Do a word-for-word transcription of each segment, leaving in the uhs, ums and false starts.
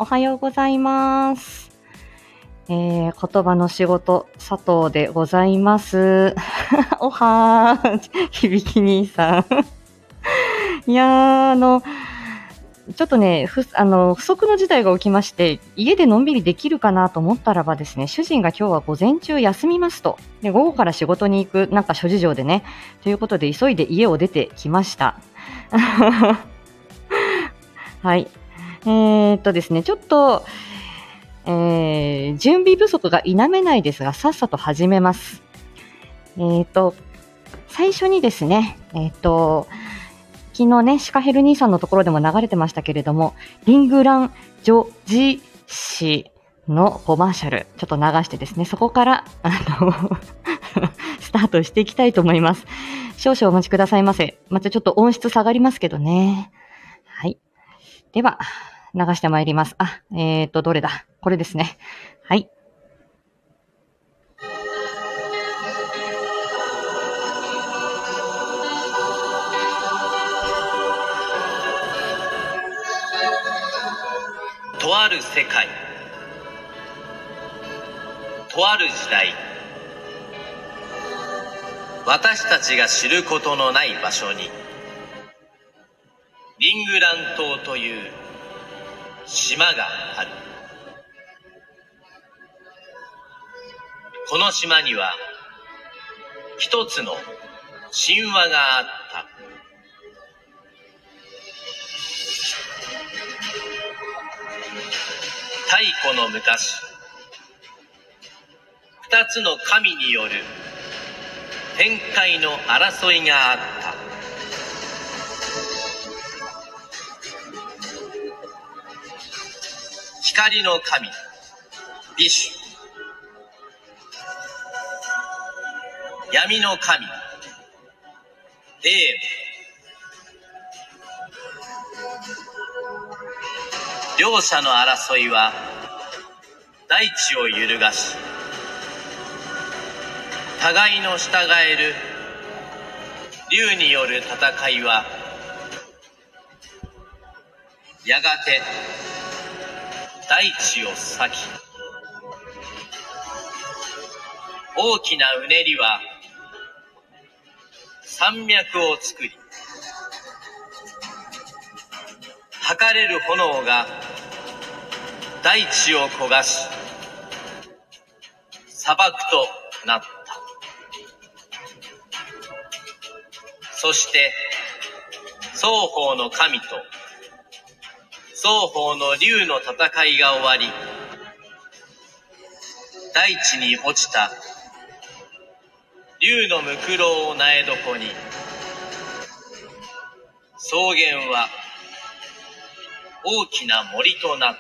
おはようございます。えー、言葉の仕事、佐藤でございます。おはー、響兄さん。いやー、あの、ちょっとね、ふあの不測の事態が起きまして、家でのんびりできるかなと思ったらばですね、主人が今日は午前中休みますと、で午後から仕事に行く、なんか諸事情でね、ということで急いで家を出てきました。はい。えー、っとですね、ちょっと、えー、準備不足が否めないですが、さっさと始めます。えー、っと、最初にですね、えー、っと、昨日ね、シカヘル兄さんのところでも流れてましたけれども、リングランジョジ氏のコマーシャル、ちょっと流してですね、そこから、あの、スタートしていきたいと思います。少々お待ちくださいませ。またちょっと音質下がりますけどね。はい。では、流してまいります。あ、えーと、どれだ？これですね。はい。 とある世界、とある時代、私たちが知ることのない場所に、リングラン島という島がある。この島には一つの神話があった。太古の昔、二つの神による天界の争いがあった。光の神ビシュ、闇の神デーモ。両者の争いは大地を揺るがし、互いの従える竜による戦いはやがて大地を裂き、大きなうねりは山脈を作り、測れる炎が大地を焦がし、砂漠となった。そして双方の神と双方の竜の戦いが終わり、大地に落ちた竜のムクロウを苗床に、草原は大きな森となった。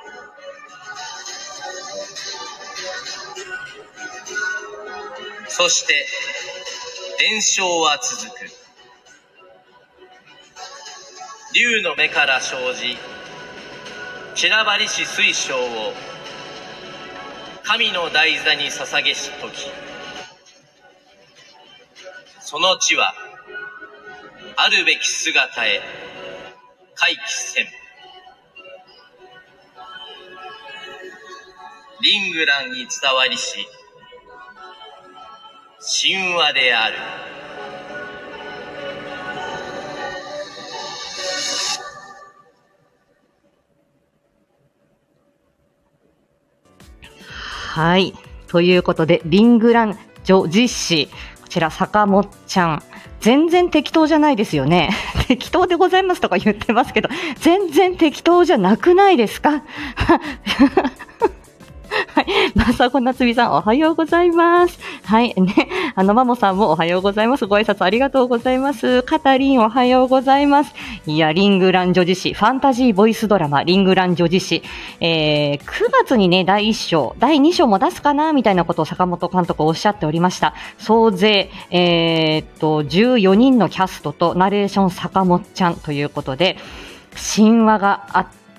そして伝承は続く。竜の目から生じ、散らばりし水晶を神の台座に捧げしとき、その地はあるべき姿へ回帰せん。リングランに伝わりし神話である。 はい。ということで、リングラン女実子、こちら、坂本ちゃん。全然適当じゃないですよね。適当でございますとか言ってますけど、全然適当じゃなくないですか？はい。まさこなつみさん、おはようございます。はい。ね。あの、マモさんもおはようございます。ご挨拶ありがとうございます。カタリン、おはようございます。いや、リングラン女子誌、ファンタジーボイスドラマ、リングラン女子誌。えー、くがつにね、だいいっ章、だいに章も出すかなみたいなことを坂本監督おっしゃっておりました。総勢、えー、っと、じゅうよにんのキャストとナレーション坂本ちゃんということで、神話があって、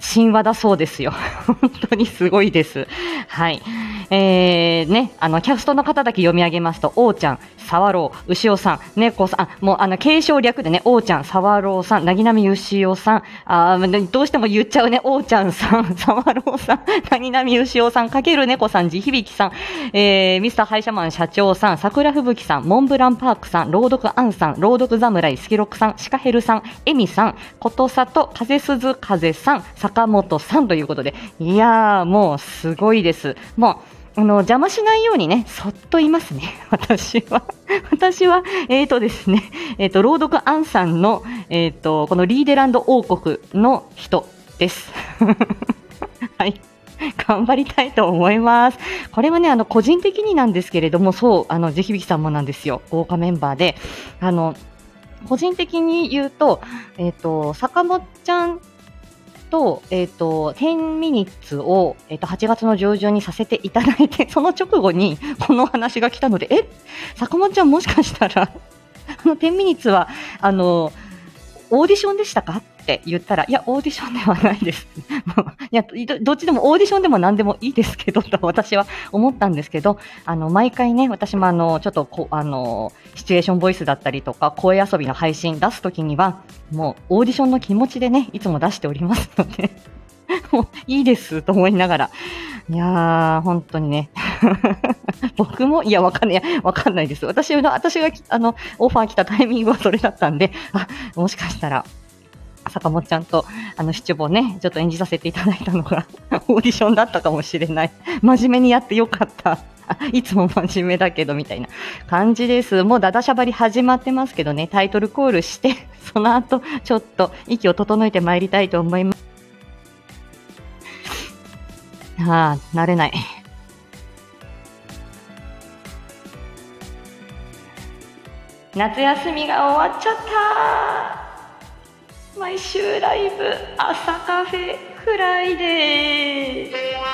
神話だそうですよ。本当にすごいです。はい。えー、ね、あの、キャストの方だけ読み上げますと、おーちゃん、さわろう、牛尾さん、猫さん、あ、もうあの、継承略でね、おーちゃん、さわろうさん、なぎなみ牛尾さん、あどうしても言っちゃうね、おーちゃんさん、さわろうさん、なぎなみ牛尾さん、かける猫さん、地響さん、えー、ミスターハイシャマン社長さん、桜吹雪さん、モンブランパークさん、朗読アンさん、朗読侍、スキロックさん、シカヘルさん、エミさん、ことさと、風鈴風さん、坂本さんということで、いやー、もうすごいです。もうあの邪魔しないようにね、そっといますね。私は私はえっ、ー、とですね、えっ、ー、と朗読アンさんのえっ、ー、とこのリーデランド王国の人です。はい。頑張りたいと思います。これはね、あの個人的になんですけれども、そうあの地響さんもなんですよ。豪華メンバーで、あの個人的に言うと、えっ、と坂本ちゃんと、えっ、ー、と、じゅうミニッツを、えっ、ー、と、はちがつの上旬にさせていただいて、その直後にこの話が来たので、え、坂本ちゃんもしかしたら、あの、じゅうミニッツは、あの、オーディションでしたかって言ったら、いや、オーディションではないです。いや、どっちでもオーディションでも何でもいいですけど、と私は思ったんですけど、あの、毎回ね、私もあの、ちょっとこ、あの、シチュエーションボイスだったりとか、声遊びの配信出すときには、もう、オーディションの気持ちでね、いつも出しておりますので、もう、いいですと思いながら、いやー、本当にね、僕も、いや、わかんない、わかんないです。私の、私が、あの、オファー来たタイミングはそれだったんで、あ、もしかしたら、坂本ちゃんと、あの、七五ね、ちょっと演じさせていただいたのが、オーディションだったかもしれない。真面目にやってよかった。いつも真面目だけど、みたいな感じです。もうダダしゃばり始まってますけどね、タイトルコールして、その後、ちょっと息を整えてまいりたいと思います。ああ、慣れない。夏休みが終わっちゃった。毎週ライブ朝カフェフライデー。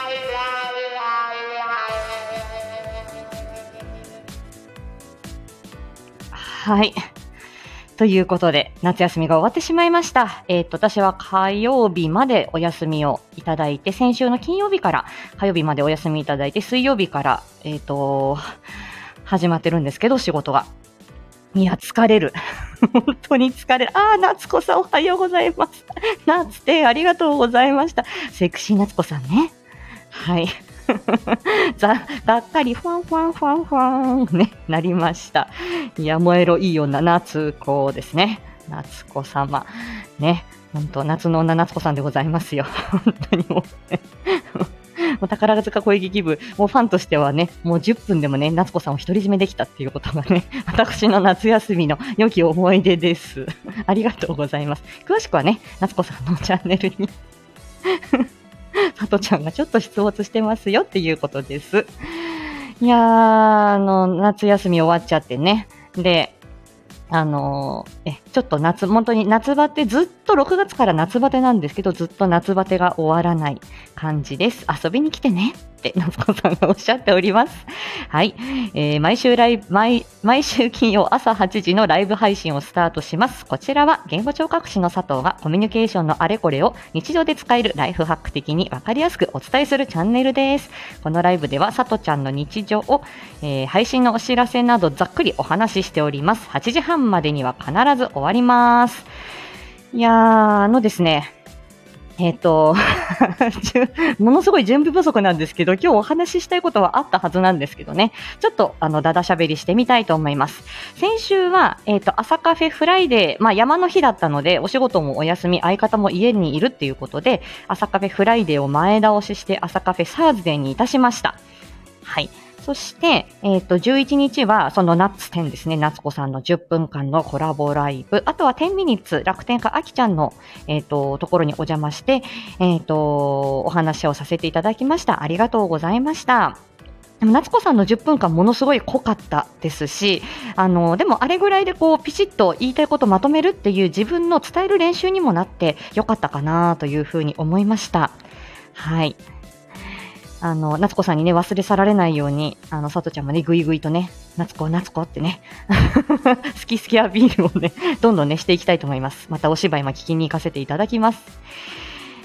はい。ということで、夏休みが終わってしまいました。えっと、私は火曜日までお休みをいただいて、先週の金曜日から火曜日までお休みいただいて、水曜日から、えっと、始まってるんですけど、仕事が。いや、疲れる。本当に疲れる。あー、夏子さんおはようございます。夏てありがとうございました。セクシー夏子さんね。はい。ざがっかりファンファンファンファンね、なりました。いや、燃えろいい女、夏子ですね。夏子様。ね。本当夏の女夏子さんでございますよ。本当にもう、ね。もう宝塚声劇部、もうファンとしてはね、もうじゅっぷんでもね、夏子さんを独り占めできたっていうことがね、私の夏休みの良き思い出です。ありがとうございます。詳しくはね、夏子さんのチャンネルに、さとちゃんがちょっと出没してますよっていうことです。いやー、あの、夏休み終わっちゃってね。で、あのー、え、ちょっと夏、本当に夏バテ、ずっとろくがつから夏バテなんですけど、ずっと夏バテが終わらない感じです。遊びに来てねって夏子さんがおっしゃっております。はい。えー、毎週ライブ、毎、毎週金曜朝はちじのライブ配信をスタートします。こちらは言語聴覚士の佐藤がコミュニケーションのあれこれを日常で使えるライフハック的にわかりやすくお伝えするチャンネルです。このライブでは佐藤ちゃんの日常を、えー、配信のお知らせなどざっくりお話ししております。はちじはんまでには必ず終わります。いやー、あのですね、えっと、ものすごい準備不足なんですけど、今日お話ししたいことはあったはずなんですけどね、ちょっとあのだだしゃべりしてみたいと思います。先週は、えっと、朝カフェフライデー、まあ山の日だったので、お仕事もお休み、相方も家にいるっていうことで、朝カフェフライデーを前倒しして、朝カフェサーズデーにいたしました。はい。そして、えっと、じゅういちにちは、そのナッツじゅうですね、夏子さんのじゅっぷんかんのコラボライブ、あとはじゅうミニッツ、楽天家あきちゃんの、えっと、ところにお邪魔して、えっと、お話をさせていただきました。ありがとうございました。でも夏子さんのじゅっぷんかんものすごい濃かったですし、あの、でもあれぐらいでこう、ピシッと言いたいことまとめるっていう自分の伝える練習にもなってよかったかなというふうに思いました。はい。あの、夏子さんにね、忘れ去られないように、あの、さとちゃんもね、ぐいぐいとね、夏子、夏子ってね、好き好きアピールをね、どんどんね、していきたいと思います。またお芝居も聞きに行かせていただきます。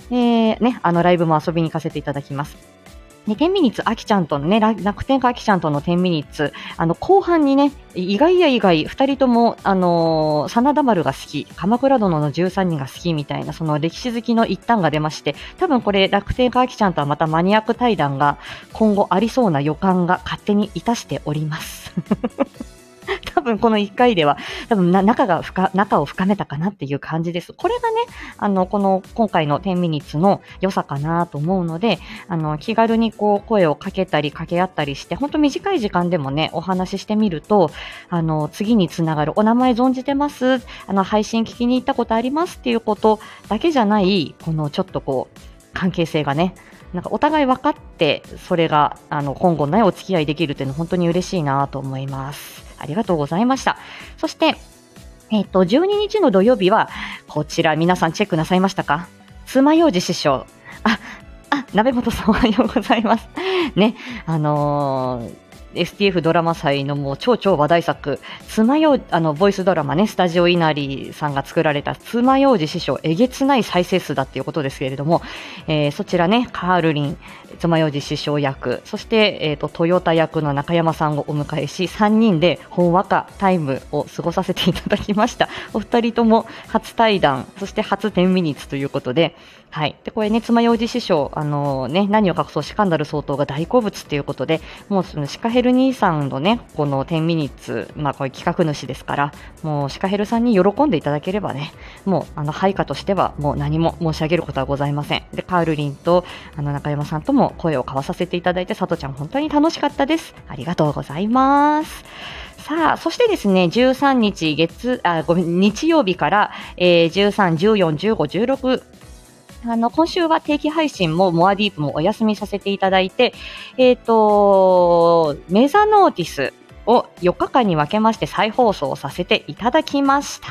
えー、ね、あのライブも遊びに行かせていただきます。で、じゅうミニッツ、あきちゃんとのね、楽天家あきちゃんとのじゅうミニッツ、あの、後半にね、意外や意外、二人とも、あのー、真田丸が好き、鎌倉殿のじゅうさんにんが好きみたいな、その歴史好きの一端が出まして、多分これ、楽天家あきちゃんとはまたマニアック対談が今後ありそうな予感が勝手にいたしております。多分このいっかいでは多分な仲が深仲を深めたかなっていう感じです。これがね、あのこの今回のじゅうミニッツの良さかなと思うので、あの気軽にこう声をかけたり掛け合ったりして、本当短い時間でもねお話ししてみると、あの次につながる、お名前存じてます、あの配信聞きに行ったことありますっていうことだけじゃない、このちょっとこう関係性がね、なんかお互い分かって、それがあの今後の、ね、お付き合いできるっていうのは本当に嬉しいなと思います。ありがとうございました。そして、えっと、じゅうににちの土曜日は、こちら皆さんチェックなさいましたか？爪楊枝師匠。あ、あ、鍋本さんおはようございます。ね、あのー、エスティーエフ ドラマ祭のもう超超話題作、爪楊あのボイスドラマね、スタジオ稲荷さんが作られた爪楊枝師匠、えげつない再生数だっていうことですけれども、えー、そちらね、カールリン、爪楊枝師匠役、そして、えーと、トヨタ役の中山さんをお迎えし、さんにんでほんわかタイムを過ごさせていただきました。お二人とも初対談、そして初じゅうミニッツということで、はい。で、これね、爪楊枝師匠、あのー、ね、何を隠そうシカンダル総統が大好物ということで、もうそのシカヘル兄さんのね、このじゅうミニッツ、まあこれ企画主ですから、もうシカヘルさんに喜んでいただければね、もうあの配下としてはもう何も申し上げることはございません。で、カールリンとあの中山さんとも声を交わさせていただいて、さとちゃん本当に楽しかったです。ありがとうございます。さあ、そしてですね、じゅうさんにち月、あ、ごめん、日曜日から、えー、じゅうさん、じゅうよん、じゅうご、じゅうろく、あの、今週は定期配信もモアディープもお休みさせていただいて、えっと、メザノーティスをよっかかんに分けまして再放送させていただきました。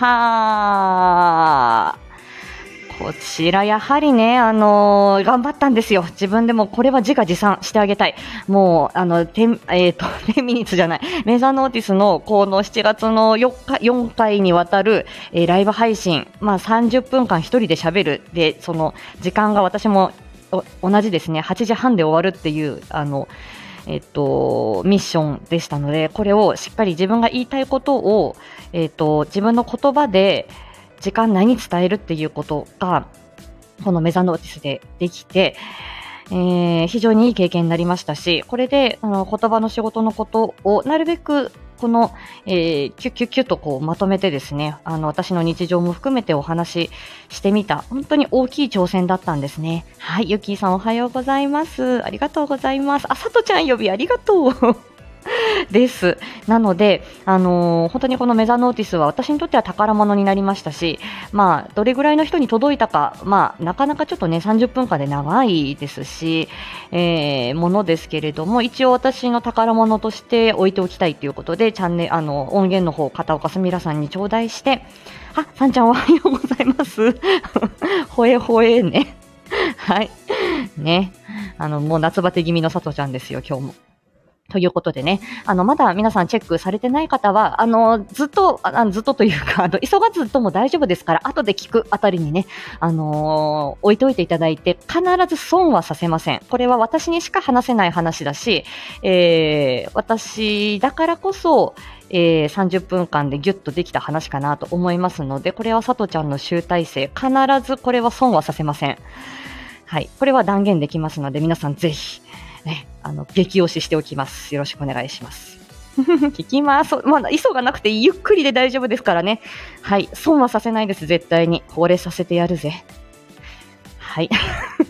こちらやはりね、あのー、頑張ったんですよ。自分でもこれは自画自賛してあげたい。もう、あの、てん、えっと、じゅうミニッツじゃない。メザノーティスのこのしちがつのよっか、よんかいにわたる、えー、ライブ配信。まあさんじゅっぷんかん一人で喋る。で、その時間が私も同じですね。はちじはんで終わるっていう、あの、えっと、ミッションでしたので、これをしっかり自分が言いたいことを、えっと、自分の言葉で、時間内に伝えるっていうことがこのメザノーティスでできて、えー、非常にいい経験になりましたし、これであの言葉の仕事のことをなるべくこの、えー、キュッキュッキュッとこうまとめてですね、あの私の日常も含めてお話ししてみた、本当に大きい挑戦だったんですね。はい、ゆきーさんおはようございます。ありがとうございます。あさとちゃん呼びありがとう。です。なので、あのー、本当にこのメザノーティスは私にとっては宝物になりましたし、まあ、どれぐらいの人に届いたか、まあ、なかなかちょっとね、さんじゅっぷんかんで長いですし、えー、ものですけれども、一応私の宝物として置いておきたいということで、チャンネル、あの、音源の方、片岡すみらさんに頂戴して、あ、さんちゃんおはようございます。ほえほえね。はい。ね。あの、もう夏バテ気味のさとちゃんですよ、今日も。ということでね、あの、まだ皆さんチェックされてない方は、あの、ずっと、あずっとというか、あの、急がずとも大丈夫ですから、後で聞くあたりにね、あのー、置いといていただいて、必ず損はさせません。これは私にしか話せない話だし、えー、私だからこそ、えー、さんじゅっぷんかんでギュッとできた話かなと思いますので、これはさとちゃんの集大成、必ずこれは損はさせません。はい。これは断言できますので、皆さんぜひ、ね、あの、激推ししておきます。よろしくお願いします。聞きます。まだ、急がなくてゆっくりで大丈夫ですからね。はい。損はさせないです。絶対に。惚れさせてやるぜ。はい。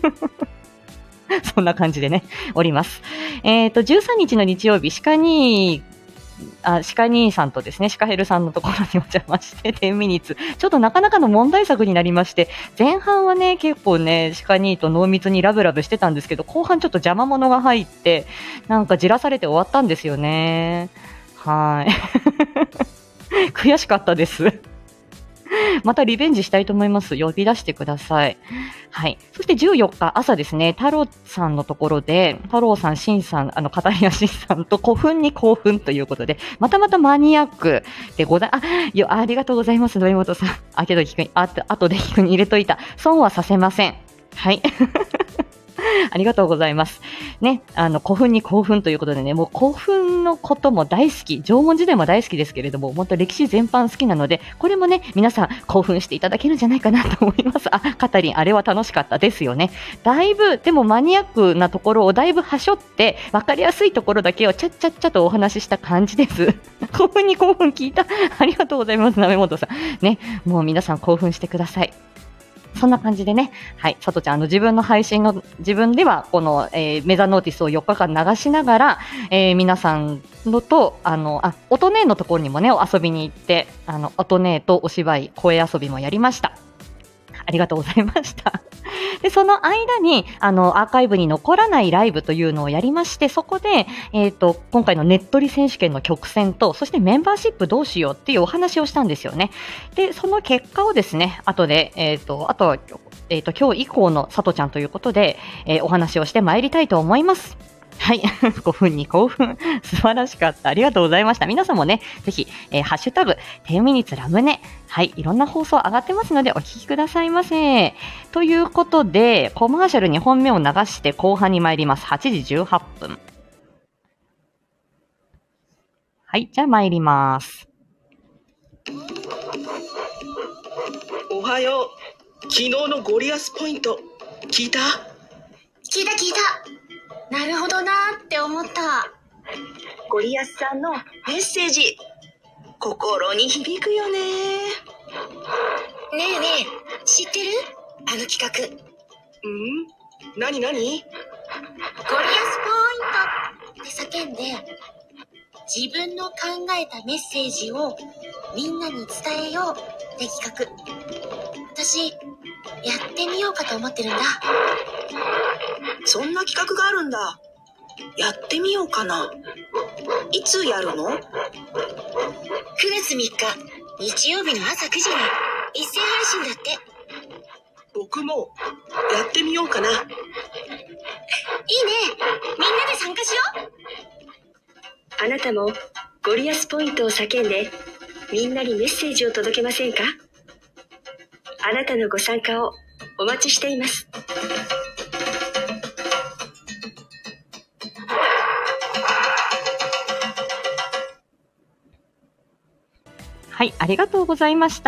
そんな感じでね、おります。えっと、じゅうさんにちの日曜日、鹿にあ、シカ兄さんとですね、シカヘルさんのところにお邪魔して、じゅうミニッツ。ちょっとなかなかの問題作になりまして、前半はね、結構ね、シカ兄と濃密にラブラブしてたんですけど、後半ちょっと邪魔者が入って、なんかじらされて終わったんですよね。はい。悔しかったです。またリベンジしたいと思います。呼び出してください。はい。そしてじゅうよっか朝ですね、太郎さんのところで、太郎さん、しんさん、あの、片谷しんさんと古墳に興奮ということで、またまたマニアックでござい、あ、よ、ありがとうございます、土井本さん。あ、けど聞くに、あ、あとで聞くに入れといた。損はさせません。 はい。ありがとうございます。ね、あの、古墳に興奮ということでね、もう古墳のことも大好き、縄文時代も大好きですけれども、本当歴史全般好きなので、これもね、皆さん興奮していただけるんじゃないかなと思います。あ、カタリン、あれは楽しかったですよね。だいぶ、でもマニアックなところをだいぶはしょって、わかりやすいところだけをちゃっちゃっちゃとお話しした感じです。興奮に興奮聞いた。ありがとうございます、なめもとさん。ね、もう皆さん興奮してください。そんな感じでね、はい、さとちゃん、あの自分の配信の、自分ではこの、えー、メザノーティスをよっかかん流しながら、えー、皆さんのと、あの、あ、音ねーのところにもね、遊びに行って、あの、音ねーとお芝居、声遊びもやりました。ありがとうございました。で、その間に、あの、アーカイブに残らないライブというのをやりまして、そこで、えっと、今回のねっとり選手権の曲線と、そしてメンバーシップどうしようっていうお話をしたんですよね。で、その結果をですね、後で、えっと、あとは、えっと、今日以降のさとちゃんということで、えー、お話をしてまいりたいと思います。はい。ごふんに興奮。素晴らしかった。ありがとうございました。皆さんもね、ぜひ、えー、ハッシュタグ、じゅうミニッツラムネ。はい。いろんな放送上がってますので、お聞きくださいませ。ということで、コマーシャルにほんめを流して後半に参ります。はちじじゅうはっぷん。はい。じゃあ参ります。 おはよう。昨日のゴリアスポイント、聞いた？ 聞いた聞いた。なるほどなーって思った。 ゴリアスさんのメッセージ、心に響くよね。 ねえねえ、知ってる？あの企画。 うん？なになに？ ゴリアスポイントって叫んで、自分の考えたメッセージをみんなに伝えようって企画。私、やってみようかと思ってるんだ。 そんな企画があるんだ。やってみようかな。いつやるの？くがつみっか、日曜日の朝くじに一斉配信だって。 僕もやってみようかな。いいね。 みんなで参加しよう。あなたもゴリアスポイントを叫んで、みんなにメッセージを届けませんか？あなたのご参加をお待ちしています。 はい、ありがとうございました。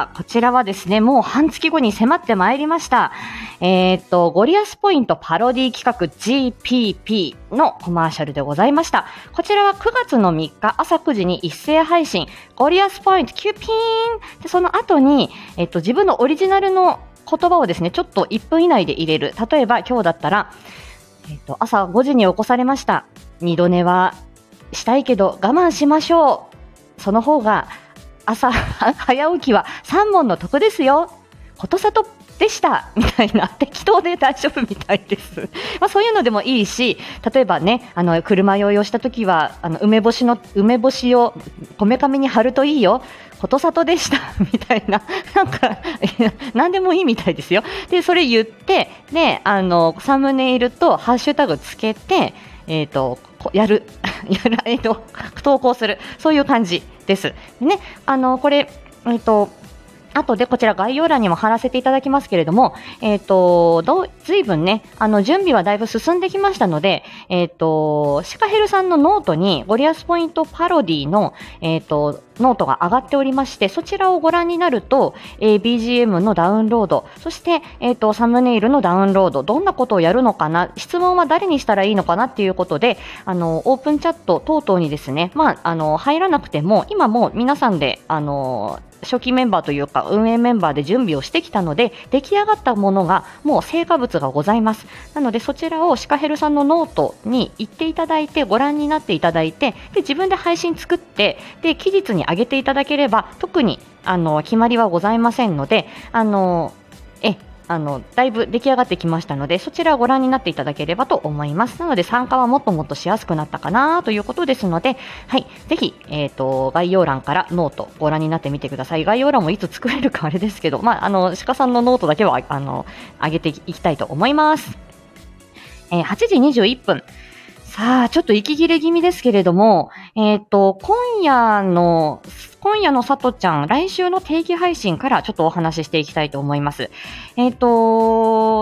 こちらはですね、もう半月後に迫ってまいりました。えー、っと、ゴリアスポイントパロディ企画 ジーピーピー のコマーシャルでございました。こちらはくがつのみっか朝くじに一斉配信、ゴリアスポイントキューピーンで、その後に、えー、っと、自分のオリジナルの言葉をですね、ちょっといっぷん以内で入れる。例えば今日だったら、えー、っと、朝ごじに起こされました。二度寝はしたいけど我慢しましょう。その方が朝早起きはさんぼんの得ですよ。ことさとでしたみたいな、適当で大丈夫みたいです。まあそういうのでもいいし、例えばね、あの車酔いをしたときはあの梅干しの梅干しをこめかみに貼るといいよ。ことさとでしたみたいな、なんか何でもいいみたいですよ。でそれ言って、であのサムネイルとハッシュタグつけて、えっとやるやるえっと投稿する、そういう感じです。でね、あのこれえっと後でこちら概要欄にも貼らせていただきますけれども、えっと、どう、ずいぶんね、あの、準備はだいぶ進んできましたので、えっと、シカヘルさんのノートにゴリアスポイントパロディの、えっと、ノートが上がっておりまして、そちらをご覧になると、えー、ビージーエム のダウンロード、そして、えっと、サムネイルのダウンロード、どんなことをやるのかな、質問は誰にしたらいいのかなっていうことで、あの、オープンチャット等々にですね、まあ、あの、入らなくても、今もう皆さんで、あの、初期メンバーというか運営メンバーで準備をしてきたので、出来上がったものがもう成果物がございます。なのでそちらをシカヘルさんのノートに行っていただいて、ご覧になっていただいて、で自分で配信作って、で期日に上げていただければ特にあの決まりはございませんので、あのえあのだいぶ出来上がってきましたので、そちらをご覧になっていただければと思います。なので参加はもっともっとしやすくなったかなということですので、はい、ぜひ、えーと、概要欄からノートご覧になってみてください。概要欄もいつ作れるかあれですけど、まあ、あの鹿さんのノートだけはあの上げていきたいと思います。えー、はちじにじゅういっぷん。さあ、ちょっと息切れ気味ですけれども、えっと、今夜の、今夜のさとちゃん、来週の定期配信からちょっとお話ししていきたいと思います。えっと、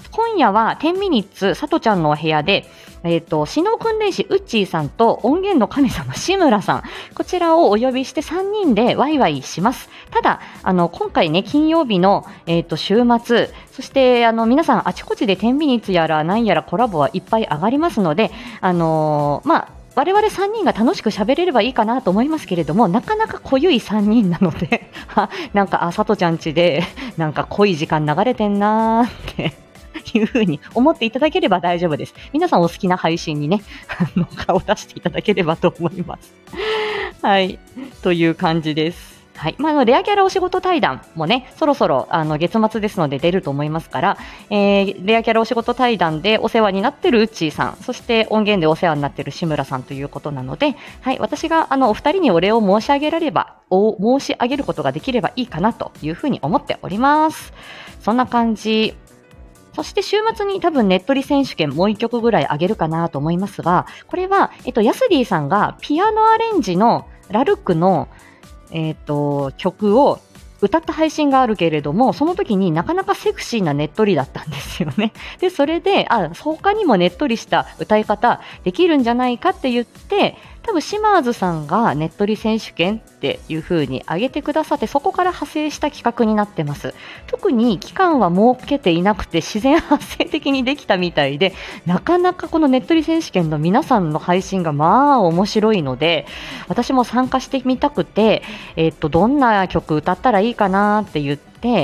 今夜はじゅうミニッツさとちゃんのお部屋で、えっと、指導訓練士ウッチーさんと音源の神様志村さん、こちらをお呼びしてさんにんでワイワイします。ただ、あの、今回ね、金曜日の、えっと、週末、そして、あの、皆さんあちこちでじゅうミニッツやら何やらコラボはいっぱい上がりますので、あのー、まあ、我々さんにんが楽しく喋れればいいかなと思いますけれども、なかなか濃ゆいさんにんなのでなんかあさとちゃんちでなんか濃い時間流れてんなーっていうふうに思っていただければ大丈夫です。皆さんお好きな配信にねあの顔出していただければと思いますはいという感じです。はい。まあ、あの、レアキャラお仕事対談もね、そろそろ、あの、月末ですので出ると思いますから、えー、レアキャラお仕事対談でお世話になってるうっちーさん、そして音源でお世話になってる志村さんということなので、はい。私が、あの、お二人にお礼を申し上げられれば、お、申し上げることができればいいかなというふうに思っております。そんな感じ。そして週末に多分ネットリ選手権もう一曲ぐらいあげるかなと思いますが、これは、えっと、ヤスディさんがピアノアレンジのラルクのえっと、曲を歌った配信があるけれども、その時になかなかセクシーなねっとりだったんですよね。で、それで、あ、他にもねっとりした歌い方できるんじゃないかって言って、多分島津さんがねっとり選手権っていう風に挙げてくださって、そこから派生した企画になってます。特に期間は設けていなくて自然発生的にできたみたいで、なかなかこのねっとり選手権の皆さんの配信がまあ面白いので、私も参加してみたくて、えっと、どんな曲歌ったらいいかなって言って、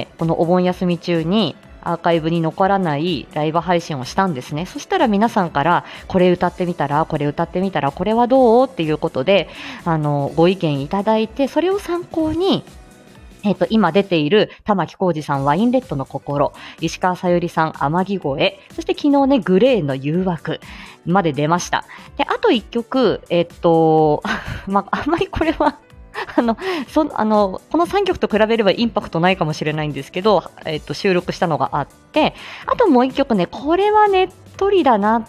このお盆休み中にアーカイブに残らないライブ配信をしたんですね。そしたら皆さんからこれ歌ってみたら、これ歌ってみたら、これはどうっていうことで、あの、ご意見いただいて、それを参考に、えっと、今出ている玉置浩二さん、ワインレッドの心、石川さゆりさん、天城越え、そして昨日ね、グレーの誘惑まで出ました。で、あと一曲、えっと、まあ、あんまりこれは、あの、そ、あの、このさんきょくと比べればインパクトないかもしれないんですけど、えっと、収録したのがあって、あともう一曲ね、これはねっとりだなって、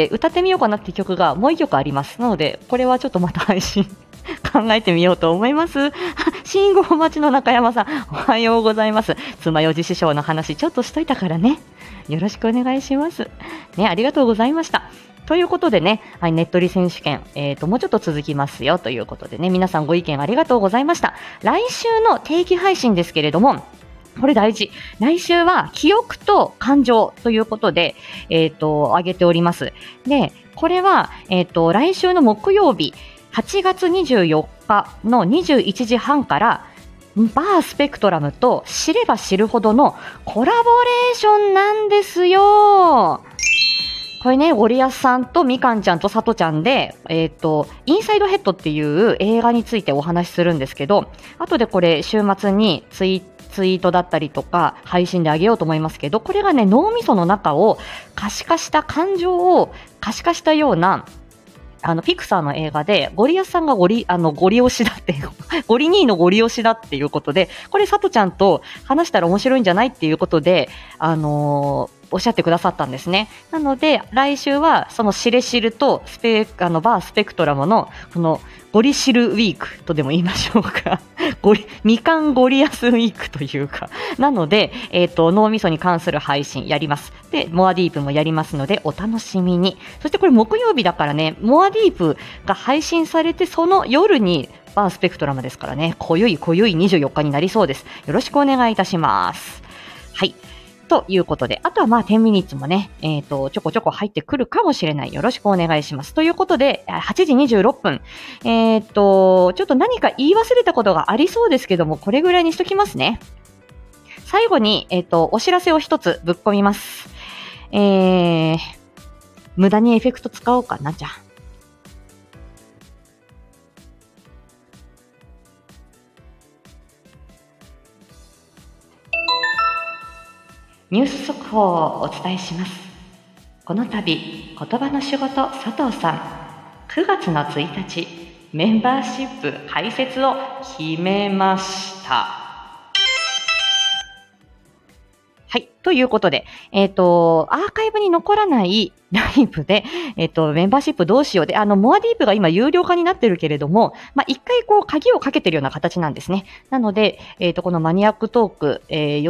歌ってみようかなっていう曲がもう一曲あります。なので、これはちょっとまた配信考えてみようと思います。信号待ちの中山さん、おはようございます。爪楊枝師匠の話ちょっとしといたからね。よろしくお願いします。ね、ありがとうございました。ということでね、はい、ネットリ選手権、えっと、もうちょっと続きますよということでね、皆さんご意見ありがとうございました。来週の定期配信ですけれども、これ大事。来週は記憶と感情ということで、えっと、上げております。で、これは、えっと、来週の木曜日、はちがつにじゅうよっかのにじゅういちじはんから、バースペクトラムと知れば知るほどのコラボレーションなんですよ。これね、ゴリアスさんとみかんちゃんとさとちゃんで、えっと、インサイドヘッドっていう映画についてお話しするんですけど、後でこれ週末にツイ、ツイートだったりとか配信であげようと思いますけど、これがね、脳みその中を可視化した感情を可視化したような、あの、ピクサーの映画で、ゴリアスさんがゴリ、あの、ゴリ押しだって、ゴリ兄のゴリ押しだっていうことで、これ、さとちゃんと話したら面白いんじゃないっていうことで、あのー、おっしゃってくださったんですね。なので、来週は、そのシレシルとスペ、あの、バースペクトラムの、この、ゴリシルウィークとでも言いましょうか。ゴリ、みかんゴリアスウィークというか。なので、えっと、脳みそに関する配信やります。で、モアディープもやりますので、お楽しみに。そしてこれ木曜日だからね、モアディープが配信されて、その夜に、バースペクトラムですからね、濃ゆい濃ゆいにじゅうよっかになりそうです。よろしくお願いいたします。はい。ということで、あとはまあじゅうミニッツもね、えっと、ちょこちょこ入ってくるかもしれない。よろしくお願いします。ということで、はちじにじゅうろっぷん。えっと、ちょっと何か言い忘れたことがありそうですけども、これぐらいにしときますね。最後に、えっと、お知らせを一つぶっ込みます。えー、無駄にエフェクト使おうかな、じゃあ。ニュース速報をお伝えします。この度、言葉の仕事佐藤さん、くがつのついたち、メンバーシップ開設を決めました。はい。ということで、えっと、アーカイブに残らないライブで、えっと、メンバーシップどうしようで、あの、モアディープが今有料化になってるけれども、まあ、一回こう、鍵をかけてるような形なんですね。なので、えっと、このマニアックトーク、えー、より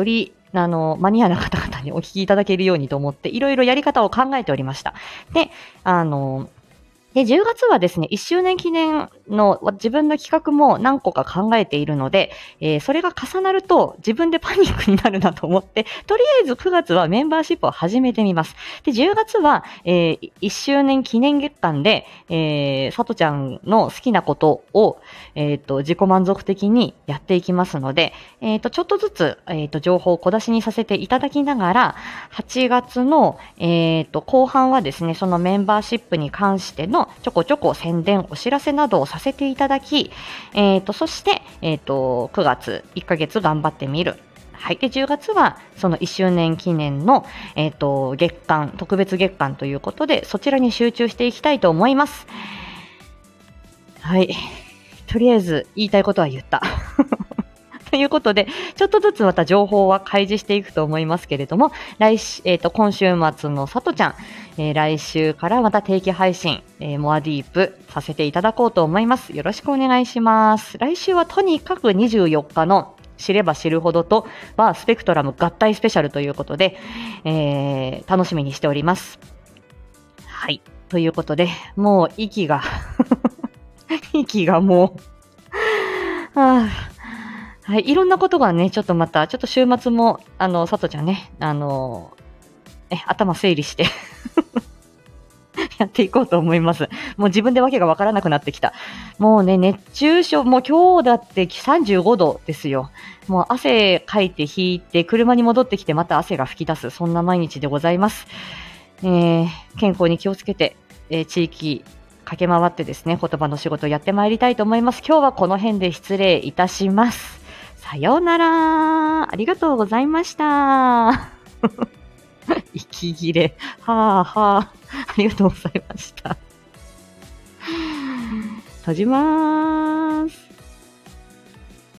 あの、マニアな方々にお聞きいただけるようにと思って、いろいろやり方を考えておりました。で、あの、で、じゅうがつはですね、いっしゅうねん記念の自分の企画も何個か考えているので、えー、それが重なると自分でパニックになるなと思って、とりあえずくがつはメンバーシップを始めてみます。で、じゅうがつは、えー、いっしゅうねん記念月間で、えー、さとちゃんの好きなことを、えっと、自己満足的にやっていきますので、えっと、ちょっとずつ、えっと、情報を小出しにさせていただきながら、はちがつの、えっと、後半はですね、そのメンバーシップに関してのちょこちょこ宣伝、お知らせなどをさせていただき、えっと、そして、えっと、くがつ、いっかげつ頑張ってみる。はい。で、じゅうがつは、そのいっしゅうねん記念の、えっと、月間、特別月間ということで、そちらに集中していきたいと思います。はい。とりあえず、言いたいことは言った。ということで、ちょっとずつまた情報は開示していくと思いますけれども、来週、えっと、今週末のさとちゃん、えー、来週からまた定期配信、えー、モアディープさせていただこうと思います。よろしくお願いします。来週はとにかくにじゅうよっかの知れば知るほどとバースペクトラム合体スペシャルということで、えー、楽しみにしております。はい。ということで、もう息が、息がもう、はぁ、はい、いろんなことがね、ちょっとまた、ちょっと週末も、あの、さとちゃんね、あの、え、頭整理して、やっていこうと思います。もう自分でわけがわからなくなってきた。もうね、熱中症、もう今日だってさんじゅうごどですよ。もう汗かいて引いて、車に戻ってきてまた汗が吹き出す。そんな毎日でございます。えー、健康に気をつけて、えー、地域、駆け回ってですね、言葉の仕事をやってまいりたいと思います。今日はこの辺で失礼いたします。さようなら。ありがとうございました。息切れ。はあはあ。ありがとうございました。閉じまーす。